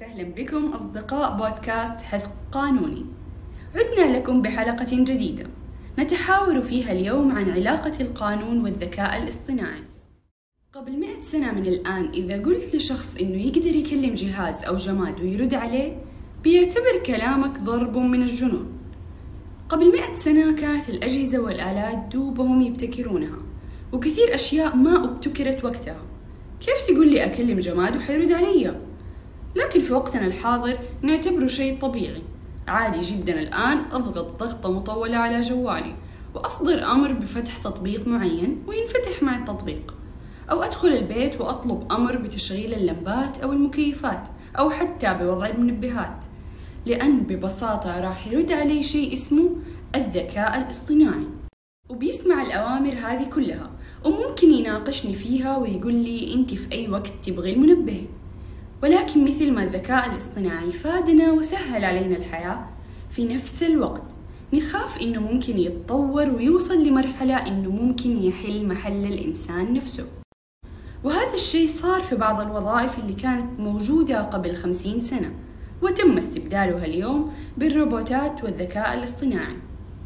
وسهلا بكم أصدقاء بودكاست حث قانوني. عدنا لكم بحلقة جديدة نتحاور فيها اليوم عن علاقة القانون والذكاء الاصطناعي. قبل 100 سنة من الآن إذا قلت لشخص إنه يقدر يكلم جهاز أو جماد ويرد عليه بيعتبر كلامك ضرب من الجنون. قبل 100 سنة كانت الأجهزة والآلات دوبهم يبتكرونها، وكثير أشياء ما ابتكرت وقتها. كيف تقول لي أكلم جماد وحيرد علي؟ لكن في وقتنا الحاضر نعتبره شيء طبيعي عادي جدا. الآن أضغط ضغطة مطولة على جوالي وأصدر أمر بفتح تطبيق معين وينفتح مع التطبيق، أو أدخل البيت وأطلب أمر بتشغيل اللمبات أو المكيفات أو حتى بوضع المنبهات، لأن ببساطة راح يرد علي شيء اسمه الذكاء الاصطناعي، وبيسمع الأوامر هذه كلها وممكن يناقشني فيها ويقول لي أنت في أي وقت تبغي المنبه. ولكن مثل ما الذكاء الاصطناعي فادنا وسهل علينا الحياة، في نفس الوقت نخاف إنه ممكن يتطور ويوصل لمرحلة إنه ممكن يحل محل الإنسان نفسه. وهذا الشيء صار في بعض الوظائف اللي كانت موجودة قبل 50 سنة وتم استبدالها اليوم بالروبوتات والذكاء الاصطناعي.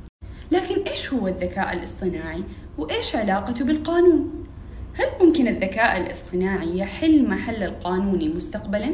لكن إيش هو الذكاء الاصطناعي وإيش علاقته بالقانون؟ هل ممكن الذكاء الاصطناعي يحل محل القانون مستقبلاً؟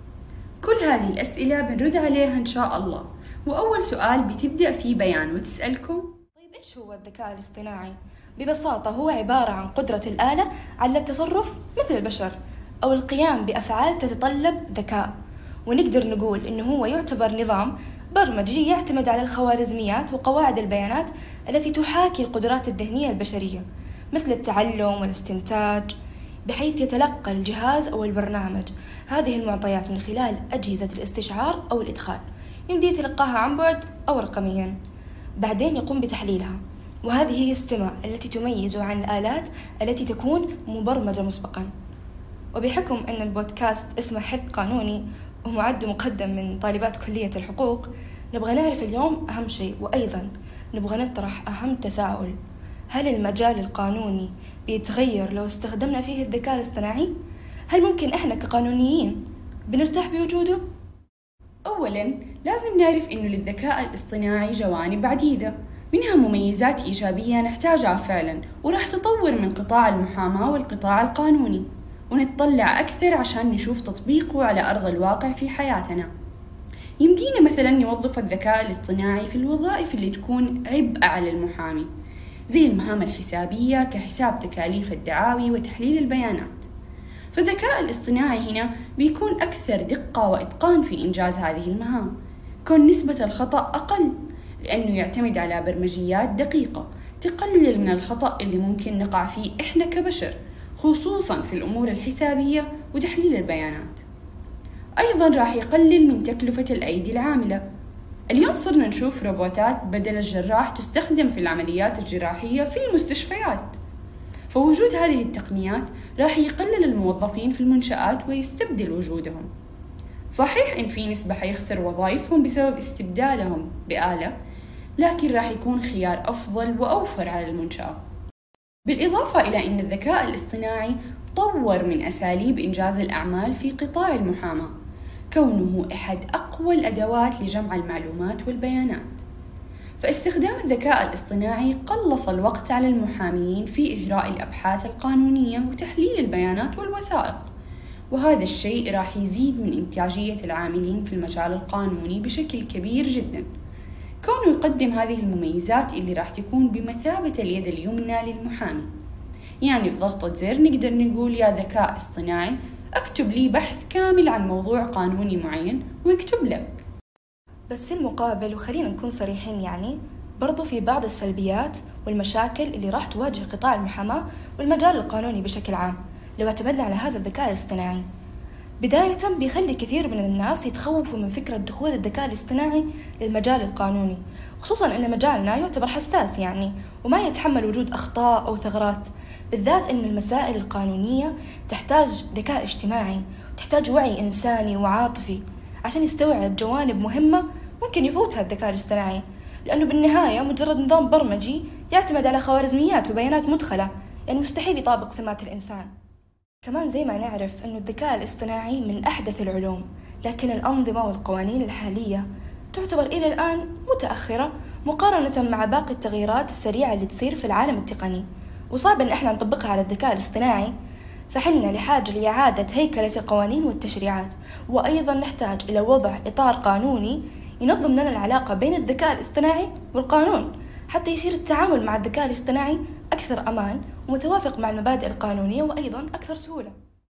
كل هذه الأسئلة بنرد عليها إن شاء الله. وأول سؤال بتبدأ فيه بيان وتسألكم: طيب إيش هو الذكاء الاصطناعي؟ ببساطة هو عبارة عن قدرة الآلة على التصرف مثل البشر أو القيام بأفعال تتطلب ذكاء، ونقدر نقول إنه هو يعتبر نظام برمجي يعتمد على الخوارزميات وقواعد البيانات التي تحاكي القدرات الذهنية البشرية مثل التعلم والاستنتاج، بحيث يتلقى الجهاز أو البرنامج هذه المعطيات من خلال أجهزة الاستشعار أو الإدخال، يمدي يتلقاها عن بعد أو رقميا، بعدين يقوم بتحليلها. وهذه هي السمة التي تميز عن الآلات التي تكون مبرمجة مسبقا. وبحكم أن البودكاست اسمه حث قانوني ومعد مقدم من طالبات كلية الحقوق، نبغى نعرف اليوم أهم شيء، وأيضا نبغى نطرح أهم تساؤل: هل المجال القانوني بيتغير لو استخدمنا فيه الذكاء الاصطناعي؟ هل ممكن إحنا كقانونيين بنرتاح بوجوده؟ أولاً لازم نعرف إنه للذكاء الاصطناعي جوانب عديدة، منها مميزات إيجابية نحتاجها فعلاً وراح تطور من قطاع المحاماة والقطاع القانوني، ونتطلع أكثر عشان نشوف تطبيقه على أرض الواقع في حياتنا. يمدينا مثلاً نوظف الذكاء الاصطناعي في الوظائف اللي تكون عبء على المحامي، زي المهام الحسابية كحساب تكاليف الدعاوي وتحليل البيانات. فالذكاء الاصطناعي هنا بيكون أكثر دقة وإتقان في إنجاز هذه المهام، كون نسبة الخطأ أقل لأنه يعتمد على برمجيات دقيقة تقلل من الخطأ اللي ممكن نقع فيه إحنا كبشر، خصوصاً في الأمور الحسابية وتحليل البيانات. أيضاً راح يقلل من تكلفة الأيدي العاملة. اليوم صرنا نشوف روبوتات بدل الجراح تستخدم في العمليات الجراحية في المستشفيات. فوجود هذه التقنيات راح يقلل الموظفين في المنشآت ويستبدل وجودهم. صحيح إن في نسبة حيخسر وظائفهم بسبب استبدالهم بآلة، لكن راح يكون خيار أفضل وأوفر على المنشأة. بالإضافة إلى أن الذكاء الاصطناعي طور من أساليب إنجاز الأعمال في قطاع المحاماة، كونه أحد أقوى الأدوات لجمع المعلومات والبيانات. فاستخدام الذكاء الاصطناعي قلص الوقت على المحامين في إجراء الأبحاث القانونية وتحليل البيانات والوثائق، وهذا الشيء راح يزيد من إنتاجية العاملين في المجال القانوني بشكل كبير جدا، كونه يقدم هذه المميزات اللي راح تكون بمثابة اليد اليمنى للمحامي. يعني في ضغطة زر نقدر نقول: يا ذكاء اصطناعي اكتب لي بحث كامل عن موضوع قانوني معين ويكتب لك. بس في المقابل، وخلينا نكون صريحين، يعني برضو في بعض السلبيات والمشاكل اللي راح تواجه قطاع المحاماة والمجال القانوني بشكل عام لو اعتمدنا على هذا الذكاء الاصطناعي. بداية بيخلي كثير من الناس يتخوفوا من فكرة دخول الذكاء الاصطناعي للمجال القانوني، خصوصاً أن مجالنا يعتبر حساس يعني وما يتحمل وجود أخطاء أو ثغرات، بالذات أن المسائل القانونية تحتاج ذكاء اجتماعي وتحتاج وعي إنساني وعاطفي عشان يستوعب جوانب مهمة ممكن يفوتها الذكاء الاصطناعي، لأنه بالنهاية مجرد نظام برمجي يعتمد على خوارزميات وبيانات مدخلة، يعني مستحيل يطابق سمات الإنسان. كمان زي ما نعرف أنه الذكاء الاصطناعي من أحدث العلوم، لكن الأنظمة والقوانين الحالية تعتبر إلى الآن متأخرة مقارنة مع باقي التغييرات السريعة اللي تصير في العالم التقني، وصعب أن احنا نطبقها على الذكاء الاصطناعي. فحنا لحاجة لإعادة هيكلة القوانين والتشريعات، وأيضا نحتاج إلى وضع إطار قانوني ينظم لنا العلاقة بين الذكاء الاصطناعي والقانون، حتى يصير التعامل مع الذكاء الاصطناعي أكثر أمان ومتوافق مع المبادئ القانونية وأيضا أكثر سهولة.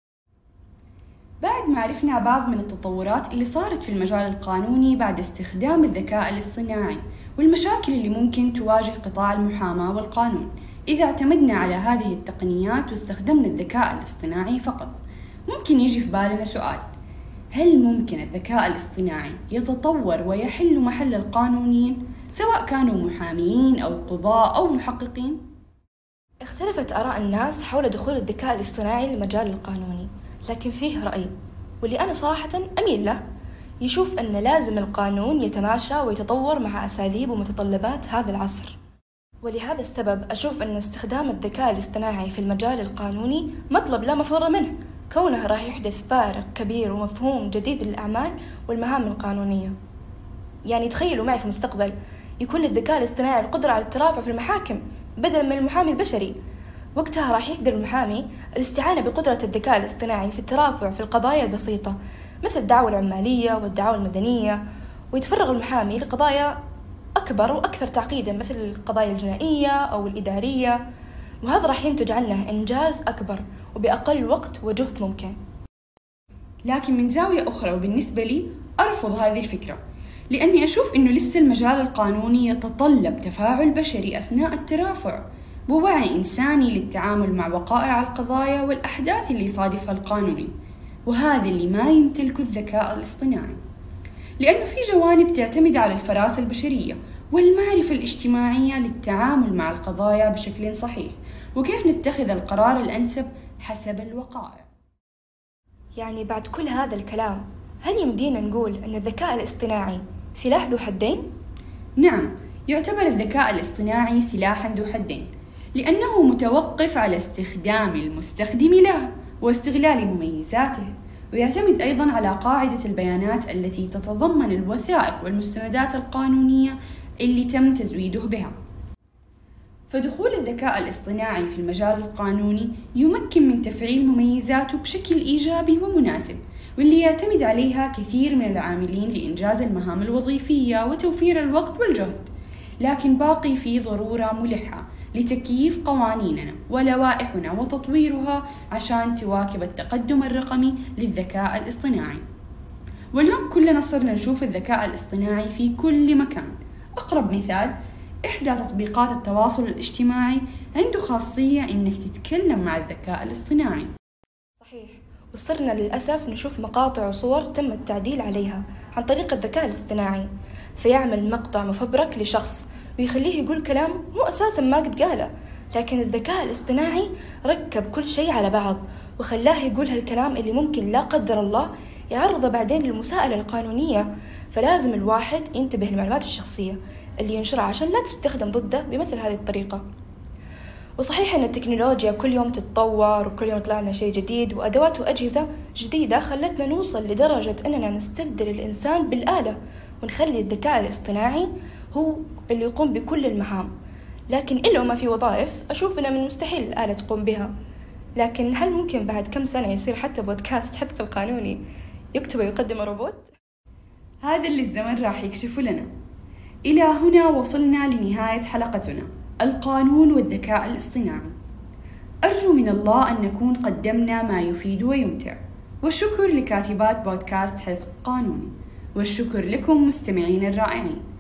بعد ما عرفنا بعض من التطورات اللي صارت في المجال القانوني بعد استخدام الذكاء الاصطناعي والمشاكل اللي ممكن تواجه قطاع المحاماة والقانون إذا اعتمدنا على هذه التقنيات واستخدمنا الذكاء الاصطناعي فقط، ممكن يجي في بالنا سؤال: هل ممكن الذكاء الاصطناعي يتطور ويحل محل القانونيين سواء كانوا محامين أو قضاة أو محققين؟ اختلفت آراء الناس حول دخول الذكاء الاصطناعي للمجال القانوني، لكن فيه رأي واللي أنا صراحة أميل له، يشوف أن لازم القانون يتماشى ويتطور مع أساليب ومتطلبات هذا العصر. ولهذا السبب أشوف أن استخدام الذكاء الاصطناعي في المجال القانوني مطلب لا مفر منه، كونه راح يحدث فارق كبير ومفهوم جديد للأعمال والمهام القانونية. يعني تخيلوا معي في المستقبل يكون للذكاء الاصطناعي القدرة على الترافع في المحاكم بدلا من المحامي البشري، وقتها راح يقدر المحامي الاستعانة بقدرة الذكاء الاصطناعي في الترافع في القضايا البسيطة مثل الدعوى العمالية والدعوى المدنية، ويتفرغ المحامي لقضايا أكبر وأكثر تعقيدا مثل القضايا الجنائية أو الإدارية، وهذا راح ينتج عنه إنجاز أكبر وبأقل وقت وجهد ممكن. لكن من زاوية أخرى وبالنسبة لي أرفض هذه الفكرة، لأني أشوف أنه لسه المجال القانوني يتطلب تفاعل بشري أثناء الترافع ووعي إنساني للتعامل مع وقائع القضايا والأحداث اللي يصادفها القانوني، وهذا اللي ما يمتلكه الذكاء الاصطناعي، لأنه في جوانب تعتمد على الفراسة البشرية والمعرفة الاجتماعية للتعامل مع القضايا بشكل صحيح، وكيف نتخذ القرار الأنسب حسب الوقائع. يعني بعد كل هذا الكلام هل يمدينا نقول أن الذكاء الاصطناعي سلاح ذو حدين؟ نعم، يعتبر الذكاء الاصطناعي سلاحا ذو حدين، لأنه متوقف على استخدام المستخدم له واستغلال مميزاته، ويعتمد أيضاً على قاعدة البيانات التي تتضمن الوثائق والمستندات القانونية اللي تم تزويده بها. فدخول الذكاء الاصطناعي في المجال القانوني يمكن من تفعيل مميزاته بشكل إيجابي ومناسب، واللي يعتمد عليها كثير من العاملين لإنجاز المهام الوظيفية وتوفير الوقت والجهد، لكن باقي في ضرورة ملحة لتكييف قوانيننا ولوائحنا وتطويرها عشان تواكب التقدم الرقمي للذكاء الاصطناعي. واليوم كلنا صرنا نشوف الذكاء الاصطناعي في كل مكان. أقرب مثال إحدى تطبيقات التواصل الاجتماعي عنده خاصية إنك تتكلم مع الذكاء الاصطناعي. صحيح، وصرنا للأسف نشوف مقاطع وصور تم التعديل عليها عن طريق الذكاء الاصطناعي، فيعمل مقطع مفبرك لشخص ويخليه يقول كلام مو أساساً ما قد قاله، لكن الذكاء الاصطناعي ركب كل شيء على بعض وخلاه يقول هالكلام اللي ممكن لا قدر الله يعرضه بعدين للمساءلة القانونية. فلازم الواحد ينتبه للمعلومات الشخصية اللي ينشرها عشان لا تستخدم ضده بمثل هذه الطريقة. وصحيح أن التكنولوجيا كل يوم تتطور وكل يوم طلع لنا شيء جديد وأدوات وأجهزة جديدة خلتنا نوصل لدرجة أننا نستبدل الإنسان بالآلة ونخلي الذكاء الاصطناعي هو اللي يقوم بكل المهام. لكن إلا ما في وظائف أشوف أنه من المستحيل الآلة تقوم بها. لكن هل ممكن بعد كم سنة يصير حتى بودكاست حث القانوني يكتب ويقدم روبوت؟ هذا اللي الزمن راح يكشفه لنا. إلى هنا وصلنا لنهاية حلقتنا، القانون والذكاء الاصطناعي. أرجو من الله أن نكون قدمنا ما يفيد ويمتع، والشكر لكاتبات بودكاست حث قانوني، والشكر لكم مستمعين الرائعين.